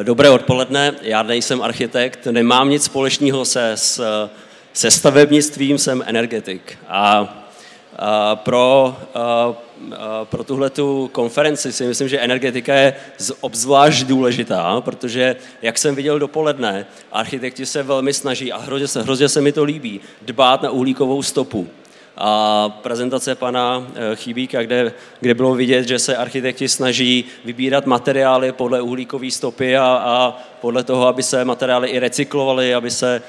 Dobré odpoledne, já nejsem architekt, nemám nic společného se stavebnictvím, jsem energetik. Pro tuhletu konferenci si myslím, že energetika je obzvlášť důležitá, protože, jak jsem viděl dopoledne, architekti se velmi snaží, a hrozně se mi to líbí, dbát na uhlíkovou stopu. A prezentace pana Chybíka, kde bylo vidět, že se architekti snaží vybírat materiály podle uhlíkové stopy a podle toho, aby se materiály i recyklovaly, aby se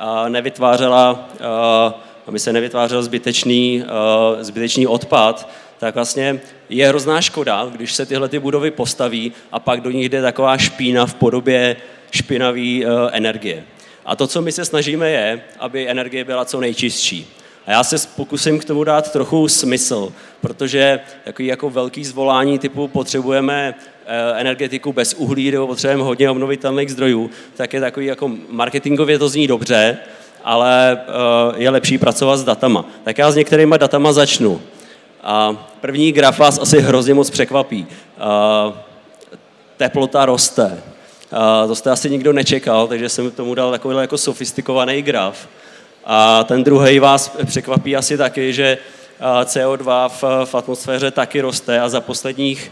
nevytvářel zbytečný odpad, tak vlastně je hrozná škoda, když se tyhle ty budovy postaví a pak do nich jde taková špína v podobě špinavé energie. A to, co my se snažíme, je, aby energie byla co nejčistší. A já se pokusím k tomu dát trochu smysl, protože takový jako velký zvolání typu potřebujeme energetiku bez uhlí nebo potřebujeme hodně obnovitelných zdrojů, tak je takový jako marketingově to zní dobře, ale je lepší pracovat s datama. Tak já s některýma datama začnu. První graf vás asi hrozně moc překvapí. Teplota roste. To jste asi nikdo nečekal, takže jsem tomu dal takový jako sofistikovaný graf. A ten druhý vás překvapí asi taky, že CO2 v atmosféře taky roste a za posledních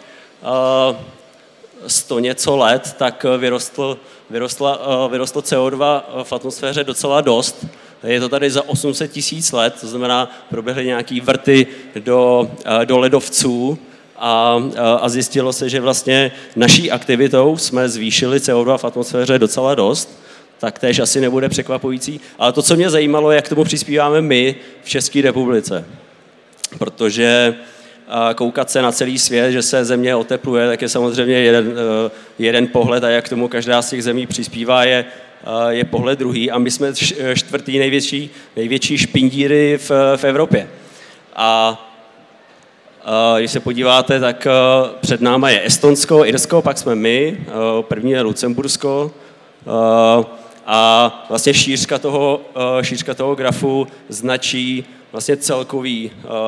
100 něco let tak vyrostlo CO2 v atmosféře docela dost. Je to tady za 800 000 let, to znamená, proběhly nějaký vrty do ledovců a zjistilo se, že vlastně naší aktivitou jsme zvýšili CO2 v atmosféře docela dost, tak též asi nebude překvapující. Ale to, co mě zajímalo, je, jak k tomu přispíváme my v České republice. Protože koukat se na celý svět, že se země otepluje, tak je samozřejmě jeden pohled a jak k tomu každá z těch zemí přispívá, je pohled druhý. A my jsme čtvrtý největší špindíry v Evropě. A když se podíváte, tak před náma je Estonsko, Irsko, pak jsme my, první je Lucembursko, a vlastně šířka toho grafu značí vlastně celkový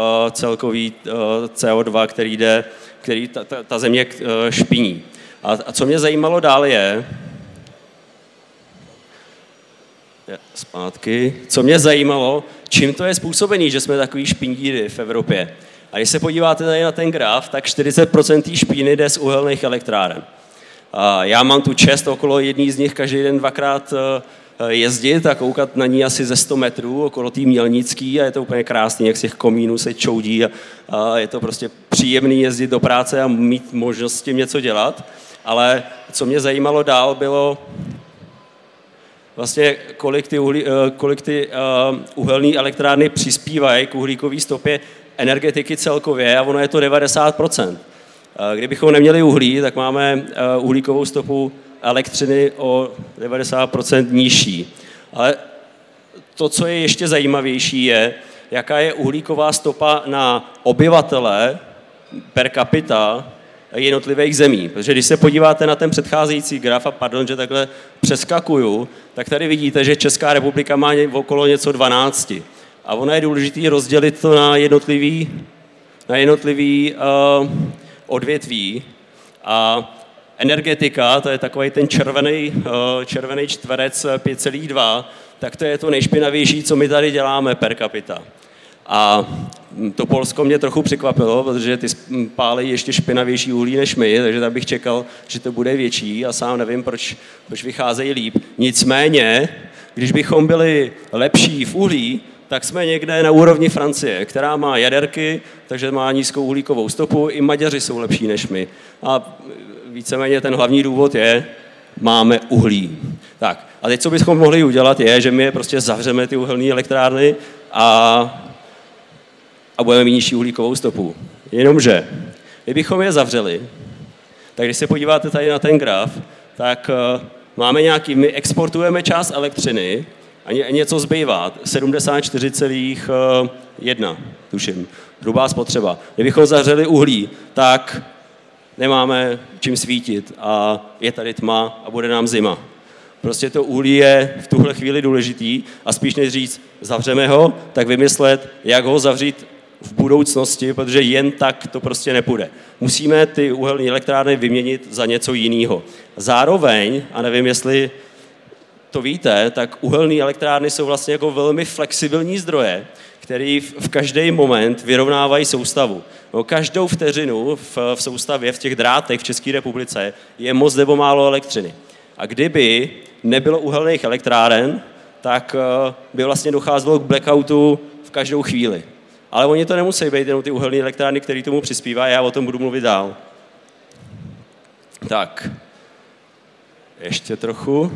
CO2, který ta země špiní. A co mě zajímalo dál co mě zajímalo, čím to je způsobený, že jsme takový špindíry v Evropě. A když se podíváte tady na ten graf, tak 40% té špíny jde z uhelných elektráren. Já mám tu čest okolo jedné z nich každý den dvakrát jezdit a koukat na ní asi ze 100 metrů okolo té Mělnický a je to úplně krásný, jak z těch komínů se čoudí a je to prostě příjemný jezdit do práce a mít možnost s tím něco dělat. Ale co mě zajímalo dál, bylo vlastně, kolik ty uhelné elektrárny přispívají k uhlíkové stopě energetiky celkově a ono je to 90%. Kdybychom neměli uhlí, tak máme uhlíkovou stopu elektřiny o 90% nižší. Ale to, co je ještě zajímavější, je, jaká je uhlíková stopa na obyvatele per capita jednotlivých zemí. Protože když se podíváte na ten předcházející graf, a pardon, že takhle přeskakuju, tak tady vidíte, že Česká republika má okolo něco 12. A ono je důležité rozdělit to na jednotlivý odvětví a energetika, to je takový ten červený čtverec 5,2, tak to je to nejšpinavější, co my tady děláme per capita. A to Polsko mě trochu překvapilo, protože ty pálí ještě špinavější uhlí než my, takže tam bych čekal, že to bude větší a sám nevím, proč vycházejí líp. Nicméně, když bychom byli lepší v uhlí, tak jsme někde na úrovni Francie, která má jaderky, takže má nízkou uhlíkovou stopu, i Maďaři jsou lepší než my. A víceméně ten hlavní důvod je, máme uhlí. Tak, a teď, co bychom mohli udělat, je, že my prostě zavřeme ty uhelné elektrárny a budeme mít nižší uhlíkovou stopu. Jenomže, kdybychom je zavřeli, tak když se podíváte tady na ten graf, tak my exportujeme část elektřiny, a něco zbývá, 74,1, tuším, hrubá spotřeba. Kdybychom zavřeli uhlí, tak nemáme čím svítit a je tady tma a bude nám zima. Prostě to uhlí je v tuhle chvíli důležitý a spíš než říct, zavřeme ho, tak vymyslet, jak ho zavřít v budoucnosti, protože jen tak to prostě nepůjde. Musíme ty uhelné elektrárny vyměnit za něco jiného. Zároveň, a nevím, jestli to víte, tak uhelné elektrárny jsou vlastně jako velmi flexibilní zdroje, který v každý moment vyrovnávají soustavu. No, každou vteřinu v soustavě, v těch drátech v České republice je moc nebo málo elektřiny. A kdyby nebylo uhelných elektráren, tak by vlastně docházelo k blackoutu v každou chvíli. Ale oni to nemusí být jenom ty uhelné elektrárny, které tomu přispívají, já o tom budu mluvit dál. Tak, ještě trochu.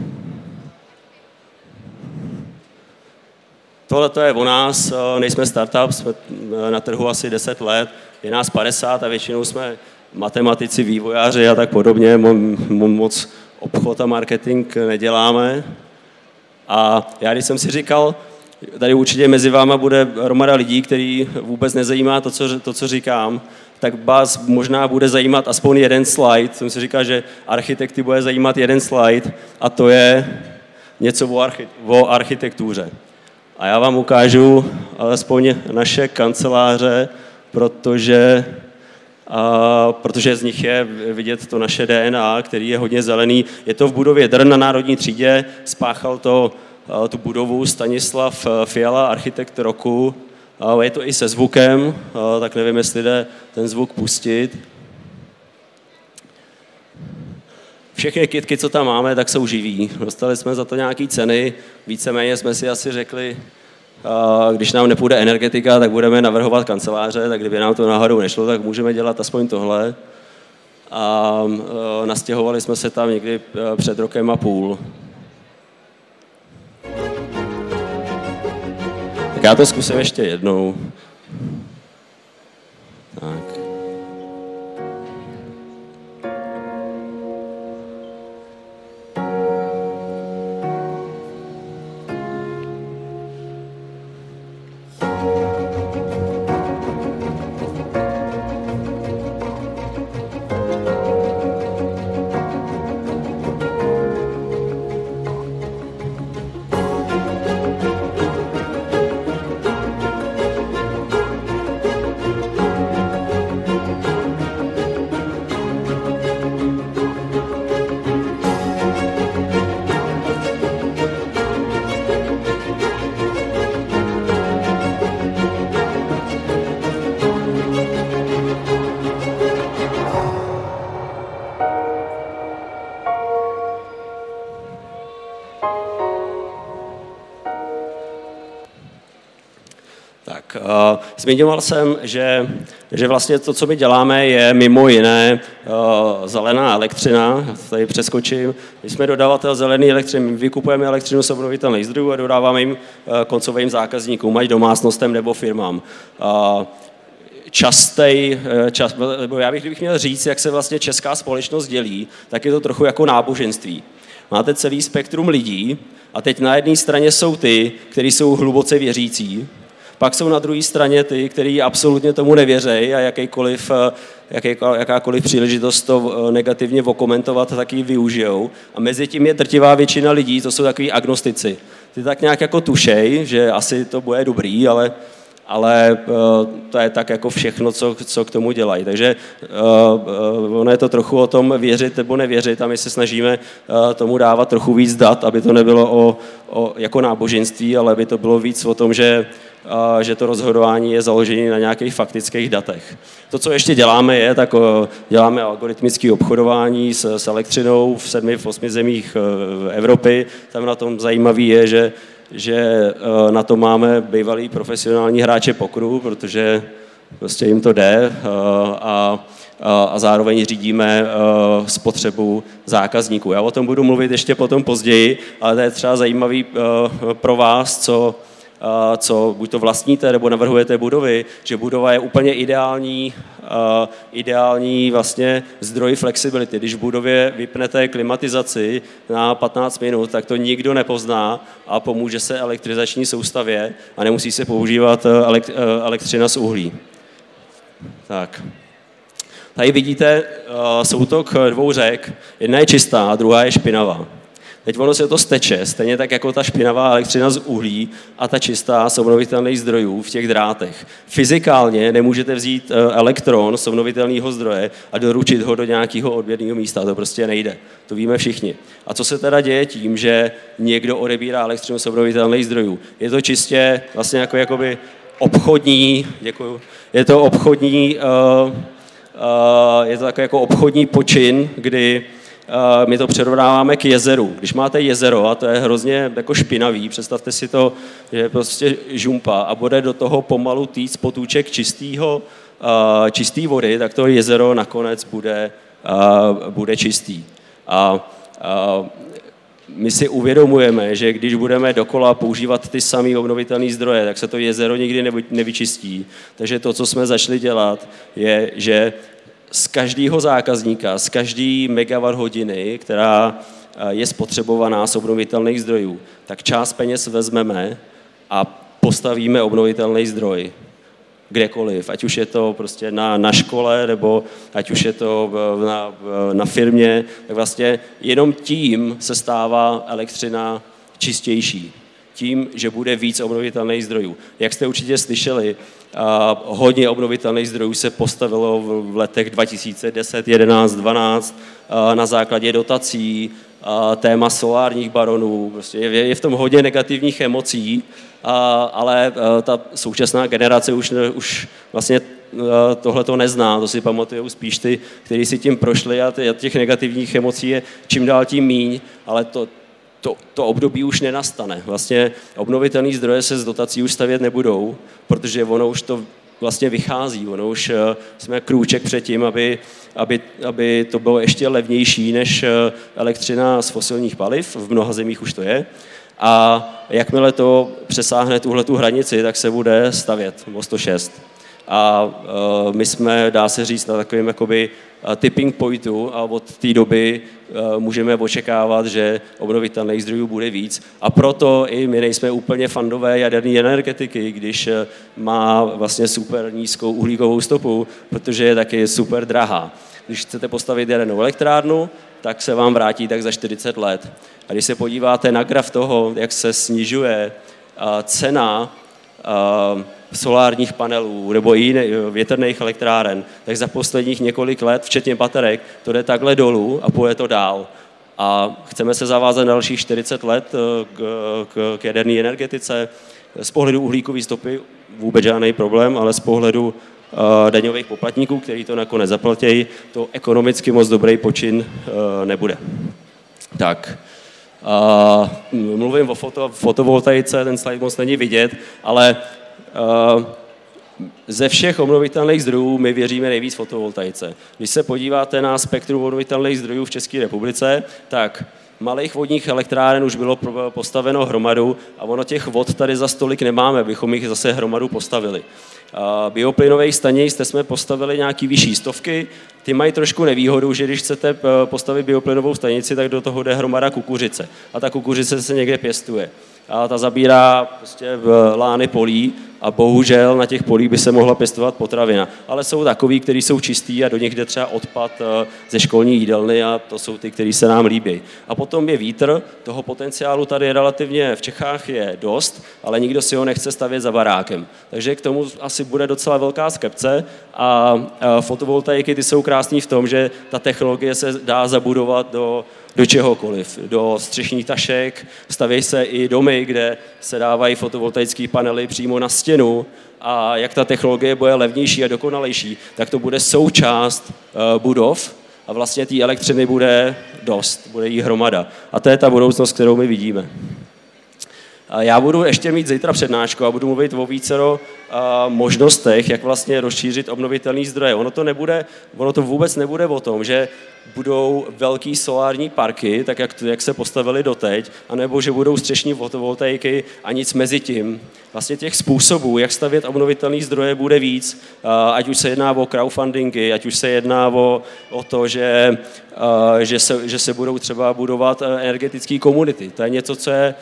Tohle to je o nás, nejsme startup, jsme na trhu asi 10 let, je nás 50 a většinou jsme matematici, vývojáři a tak podobně, moc obchod a marketing neděláme. A já když jsem si říkal, tady určitě mezi váma bude hromada lidí, který vůbec nezajímá to, co říkám, tak vás možná bude zajímat aspoň jeden slide. Jsem si říkal, že architekty bude zajímat jeden slide a to je něco o architektuře. A já vám ukážu alespoň naše kanceláře, protože z nich je vidět to naše DNA, který je hodně zelený. Je to v budově DRN na Národní třídě, spáchal tu budovu Stanislav Fiala, architekt roku. Je to i se zvukem, tak nevím, jestli jde ten zvuk pustit. Všechny kitky, co tam máme, tak jsou živý. Dostali jsme za to nějaké ceny, víceméně jsme si asi řekli, když nám nepůjde energetika, tak budeme navrhovat kanceláře, tak kdyby nám to náhodou nešlo, tak můžeme dělat aspoň tohle. A nastěhovali jsme se tam někdy před rokem a půl. Tak já to zkusím ještě jednou. Tak. Zmiňoval jsem, že vlastně to, co my děláme, je mimo jiné zelená elektřina. Já tady přeskočím. My jsme dodavatel zelené elektřiny, my vykupujeme elektřinu z obnovitelných zdrojů a dodáváme jim koncovým zákazníkům, ať domácnostem nebo firmám. Kdybych měl říct, jak se vlastně česká společnost dělí, tak je to trochu jako náboženství. Máte celý spektrum lidí a teď na jedné straně jsou ty, kteří jsou hluboce věřící, pak jsou na druhé straně ty, kteří absolutně tomu nevěří a jakákoliv příležitost to negativně okomentovat, tak ji využijou. A mezi tím je drtivá většina lidí, to jsou takový agnostici. Ty tak nějak jako tušej, že asi to bude dobrý, ale to je tak jako všechno, co k tomu dělají. Takže ono je to trochu o tom věřit nebo nevěřit a my se snažíme tomu dávat trochu víc dat, aby to nebylo jako náboženství, ale aby to bylo víc o tom, že to rozhodování je založené na nějakých faktických datech. To, co ještě děláme, tak děláme algoritmické obchodování s elektřinou v 7-8 zemích Evropy. Tam na tom zajímavý je, že na to máme bývalý profesionální hráče pokeru, protože prostě jim to jde a zároveň řídíme spotřebu zákazníků. Já o tom budu mluvit ještě potom později, ale to je třeba zajímavý pro vás, co buď to vlastníte, nebo navrhujete budovy, že budova je úplně ideální vlastně zdroj flexibility. Když v budově vypnete klimatizaci na 15 minut, tak to nikdo nepozná a pomůže se elektrizační soustavě a nemusí se používat elektřina z uhlí. Tak. Tady vidíte soutok dvou řek. Jedna je čistá a druhá je špinavá. Teď ono se to steče, stejně tak jako ta špinavá elektřina z uhlí a ta čistá z obnovitelných zdrojů v těch drátech. Fyzikálně nemůžete vzít elektron z obnovitelného zdroje a doručit ho do nějakého odběrného místa, to prostě nejde. To víme všichni. A co se teda děje tím, že někdo odebírá elektřinu z obnovitelných zdrojů? Je to čistě vlastně jakoby obchodní, děkuju, je to obchodní, je to takový jako obchodní počin, kdy my to přirovnáváme k jezeru. Když máte jezero a to je hrozně jako špinavý, představte si to, že je prostě žumpa a bude do toho pomalu týc potůček čistý vody, tak to jezero nakonec bude čistý. A my si uvědomujeme, že když budeme dokola používat ty samé obnovitelné zdroje, tak se to jezero nikdy nevyčistí. Takže to, co jsme začali dělat, je, že z každého zákazníka, z každé megawatt hodiny, která je spotřebovaná z obnovitelných zdrojů, tak část peněz vezmeme a postavíme obnovitelný zdroj kdekoliv, ať už je to prostě na škole, nebo ať už je to na firmě, tak vlastně jenom tím se stává elektřina čistější. Tím, že bude víc obnovitelných zdrojů. Jak jste určitě slyšeli, hodně obnovitelných zdrojů se postavilo v letech 2010, 11, 12 na základě dotací, téma solárních baronů. Prostě je v tom hodně negativních emocí, ale ta současná generace už vlastně tohle to nezná, to si pamatujou spíš ty, kteří si tím prošli a těch negativních emocí je čím dál tím míň, ale to období už nenastane. Vlastně obnovitelné zdroje se z dotací už stavět nebudou, protože ono už to vlastně vychází. Ono už jsme krůček před tím, aby to bylo ještě levnější než elektřina z fosilních paliv. V mnoha zemích už to je. A jakmile to přesáhne tuhletu hranici, tak se bude stavět o 106. A my jsme, dá se říct, na takovém jakoby tipping pointu a od té doby můžeme očekávat, že obnovitelných zdrojů bude víc. A proto i my nejsme úplně fandové jaderné energetiky, když má vlastně super nízkou uhlíkovou stopu, protože je taky super drahá. Když chcete postavit jadernou elektrárnu, tak se vám vrátí tak za 40 let. A když se podíváte na graf toho, jak se snižuje cena solárních panelů nebo jiných větrných elektráren, tak za posledních několik let, včetně baterek, to jde takhle dolů a půjde to dál. A chceme se zavázat na dalších 40 let k jaderné energetice. Z pohledu uhlíkové stopy vůbec žádný problém, ale z pohledu daňových poplatníků, kteří to nakonec zaplatí, to ekonomicky moc dobrý počin nebude. Tak. Mluvím o fotovoltaice, ten slide moc není vidět, ale ze všech obnovitelných zdrojů my věříme nejvíc fotovoltaice. Když se podíváte na spektrum obnovitelných zdrojů v České republice, tak malých vodních elektráren už bylo postaveno hromadu a ono těch vod tady za stolik nemáme, abychom jich zase hromadu postavili. Bioplynových stanic jsme postavili nějaký vyšší stovky, ty mají trošku nevýhodu, že když chcete postavit bioplynovou stanici, tak do toho jde hromada kukuřice. A ta kukuřice se někde pěstuje. A ta zabírá prostě lány polí a bohužel na těch polích by se mohla pěstovat potravina. Ale jsou takový, kteří jsou čistý a do nich jde třeba odpad ze školní jídelny a to jsou ty, kteří se nám líbí. A potom je vítr, toho potenciálu tady relativně v Čechách je dost, ale nikdo si ho nechce stavět za barákem. Takže k tomu asi bude docela velká skepce a fotovoltaiky ty jsou krásný v tom, že ta technologie se dá zabudovat do čehokoliv, do střešních tašek, staví se i domy, kde se dávají fotovoltaické panely přímo na stěnu a jak ta technologie bude levnější a dokonalejší, tak to bude součást budov a vlastně té elektřiny bude dost, bude jí hromada. A to je ta budoucnost, kterou my vidíme. Já budu ještě mít zítra přednášku a budu mluvit o vícero možnostech, jak vlastně rozšířit obnovitelné zdroje. Ono to vůbec nebude o tom, že budou velký solární parky, tak jak se postavili doteď, anebo že budou střešní fotovoltaiky a nic mezi tím. Vlastně těch způsobů, jak stavět obnovitelné zdroje, bude víc, ať už se jedná o crowdfundingy, ať už se jedná o to, že se budou třeba budovat energetické komunity. To je něco,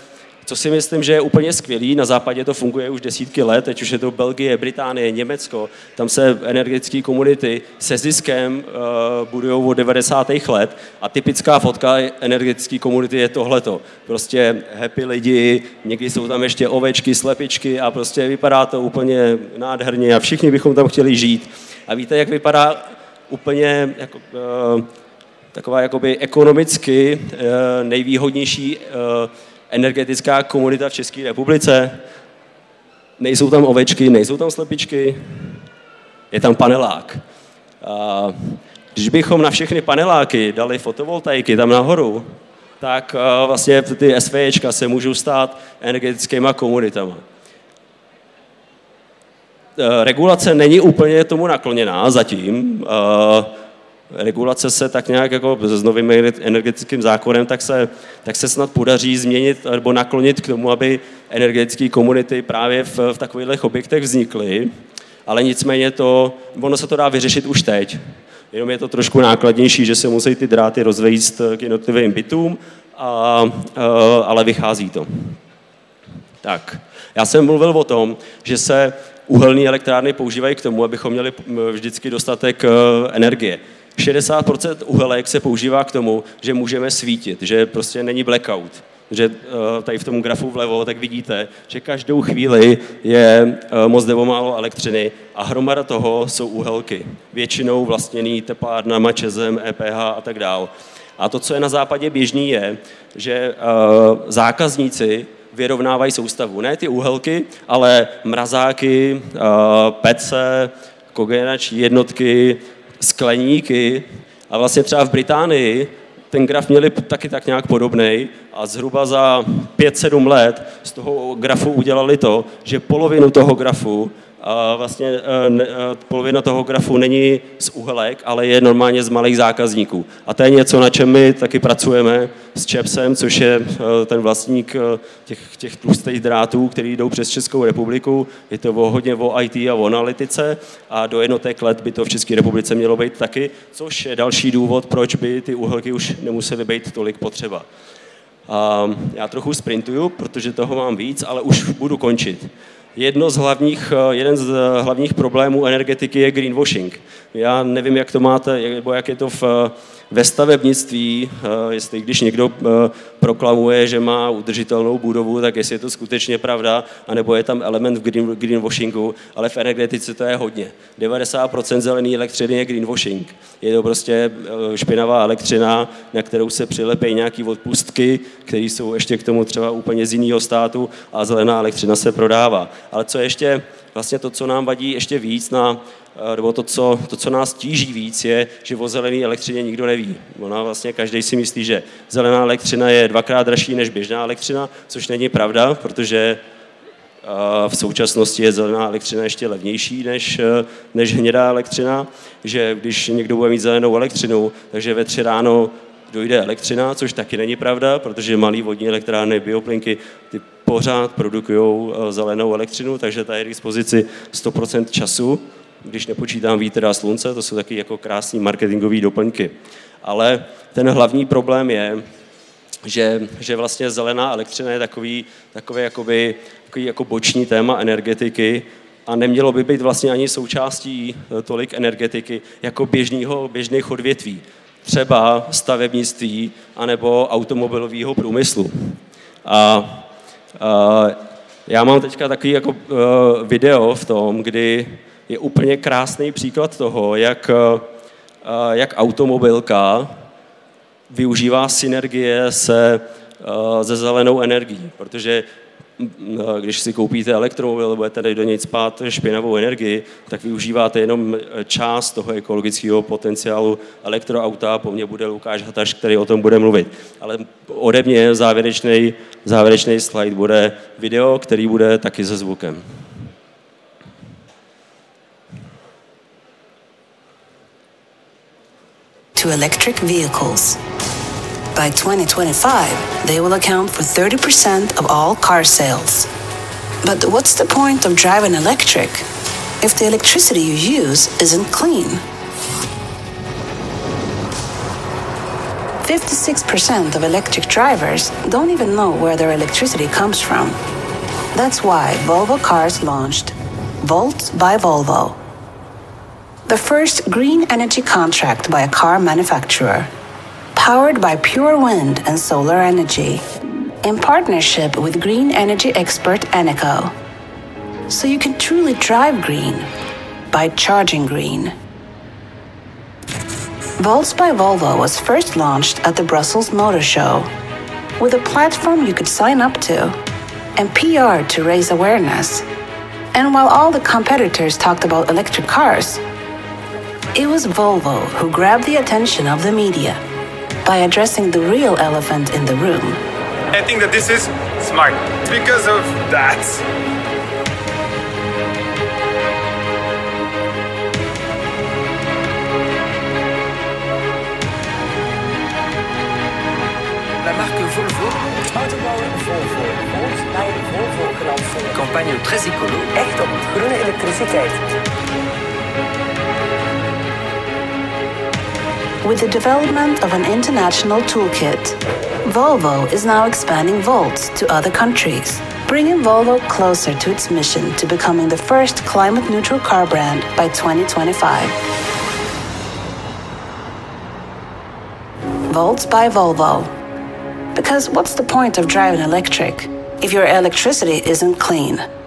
Co si myslím, že je úplně skvělý, na západě to funguje už desítky let, teď už je to Belgie, Británie, Německo, tam se energetické komunity se ziskem budují od 90. let a typická fotka energetické komunity je tohleto. Prostě happy lidi, někdy jsou tam ještě ovečky, slepičky a prostě vypadá to úplně nádherně a všichni bychom tam chtěli žít. A víte, jak vypadá úplně jako, taková jakoby ekonomicky nejvýhodnější energetická komunita v České republice? Nejsou tam ovečky, nejsou tam slepičky, je tam panelák. A když bychom na všechny paneláky dali fotovoltaiky tam nahoru, tak vlastně ty SVčka se můžou stát energetickými komunitami. Regulace není úplně tomu nakloněná zatím. Regulace se tak nějak jako s novým energetickým zákonem, tak se snad podaří změnit nebo naklonit k tomu, aby energetické komunity právě v takových objektech vznikly, ale nicméně ono se to dá vyřešit už teď. Jenom je to trošku nákladnější, že se musí ty dráty rozvést k jednotlivým bytům, ale vychází to. Tak, já jsem mluvil o tom, že se uhelné elektrárny používají k tomu, abychom měli vždycky dostatek energie. 60% uhelek se používá k tomu, že můžeme svítit, že prostě není blackout. Že tady v tom grafu vlevo, tak vidíte, že každou chvíli je moc nebo málo elektřiny a hromada toho jsou uhelky. Většinou vlastněný teplárnama, ČEZem, EPH a tak dál. A to, co je na západě běžný, je, že zákazníci vyrovnávají soustavu. Ne ty uhelky, ale mrazáky, pece, kogenerační jednotky, skleníky a vlastně třeba v Británii ten graf měli taky tak nějak podobnej a zhruba za 5-7 let z toho grafu udělali to, že polovinu toho grafu polovina toho grafu není z uhelek, ale je normálně z malých zákazníků. A to je něco, na čem my taky pracujeme s ČEPSem, což je ten vlastník těch tlustých drátů, který jdou přes Českou republiku. Je to hodně o IT a o analytice a do jednotek let by to v České republice mělo být taky, což je další důvod, proč by ty uhelky už nemusely být tolik potřeba. Já trochu sprintuju, protože toho mám víc, ale už budu končit. Jeden z hlavních problémů energetiky je greenwashing. Já nevím, jak to máte, nebo jak je to ve stavebnictví, jestli když někdo proklamuje, že má udržitelnou budovu, tak jestli je to skutečně pravda, anebo je tam element v greenwashingu, ale v energetice to je hodně. 90% zelené elektřiny je greenwashing. Je to prostě špinavá elektřina, na kterou se přilepí nějaký odpustky, které jsou ještě k tomu třeba úplně z jiného státu a zelená elektřina se prodává. Ale co ještě, vlastně to, co nám vadí ještě víc, nebo to, co nás tíží víc, je, že o zelené elektřině nikdo neví. Ona vlastně každý si myslí, že zelená elektřina je 2x dražší než běžná elektřina, což není pravda, protože v současnosti je zelená elektřina ještě levnější než hnědá elektřina, že když někdo bude mít zelenou elektřinu, takže ve 3 ráno dojde elektřina, což taky není pravda, protože malý vodní elektrárny, bioplynky, ty pořád produkují zelenou elektřinu, takže ta je k dispozici 100% času, když nepočítám vítr a slunce, to jsou taky jako krásný marketingový doplňky. Ale ten hlavní problém je, že vlastně zelená elektřina je takový jako boční téma energetiky a nemělo by být vlastně ani součástí tolik energetiky jako běžných odvětví. Třeba stavebnictví anebo automobilového průmyslu. Já mám teďka takový jako video v tom, kdy je úplně krásný příklad toho, jak automobilka využívá synergie se zelenou energií, protože když si koupíte elektromobil, budete tady do něj spát špinavou energii, tak využíváte jenom část toho ekologického potenciálu elektroauta. Po mně bude Lukáš Hataš, který o tom bude mluvit. Ale ode mě závěrečný slide bude video, který bude taky se zvukem. To electric vehicles. By 2025, they will account for 30% of all car sales. But what's the point of driving electric if the electricity you use isn't clean? 56% of electric drivers don't even know where their electricity comes from. That's why Volvo Cars launched Volt by Volvo, the first green energy contract by a car manufacturer, powered by pure wind and solar energy, in partnership with green energy expert Eneco. So you can truly drive green by charging green. Volts by Volvo was first launched at the Brussels Motor Show, with a platform you could sign up to and PR to raise awareness. And while all the competitors talked about electric cars, it was Volvo who grabbed the attention of the media by addressing the real elephant in the room. I think that this is smart because of that. La marque Volvo, autobouwer Volvo, ons bij de Volvo-krant voor campagne très écolo, echt op groene elektriciteit. With the development of an international toolkit, Volvo is now expanding Volt to other countries, bringing Volvo closer to its mission to becoming the first climate-neutral car brand by 2025. Volts by Volvo. Because what's the point of driving electric if your electricity isn't clean?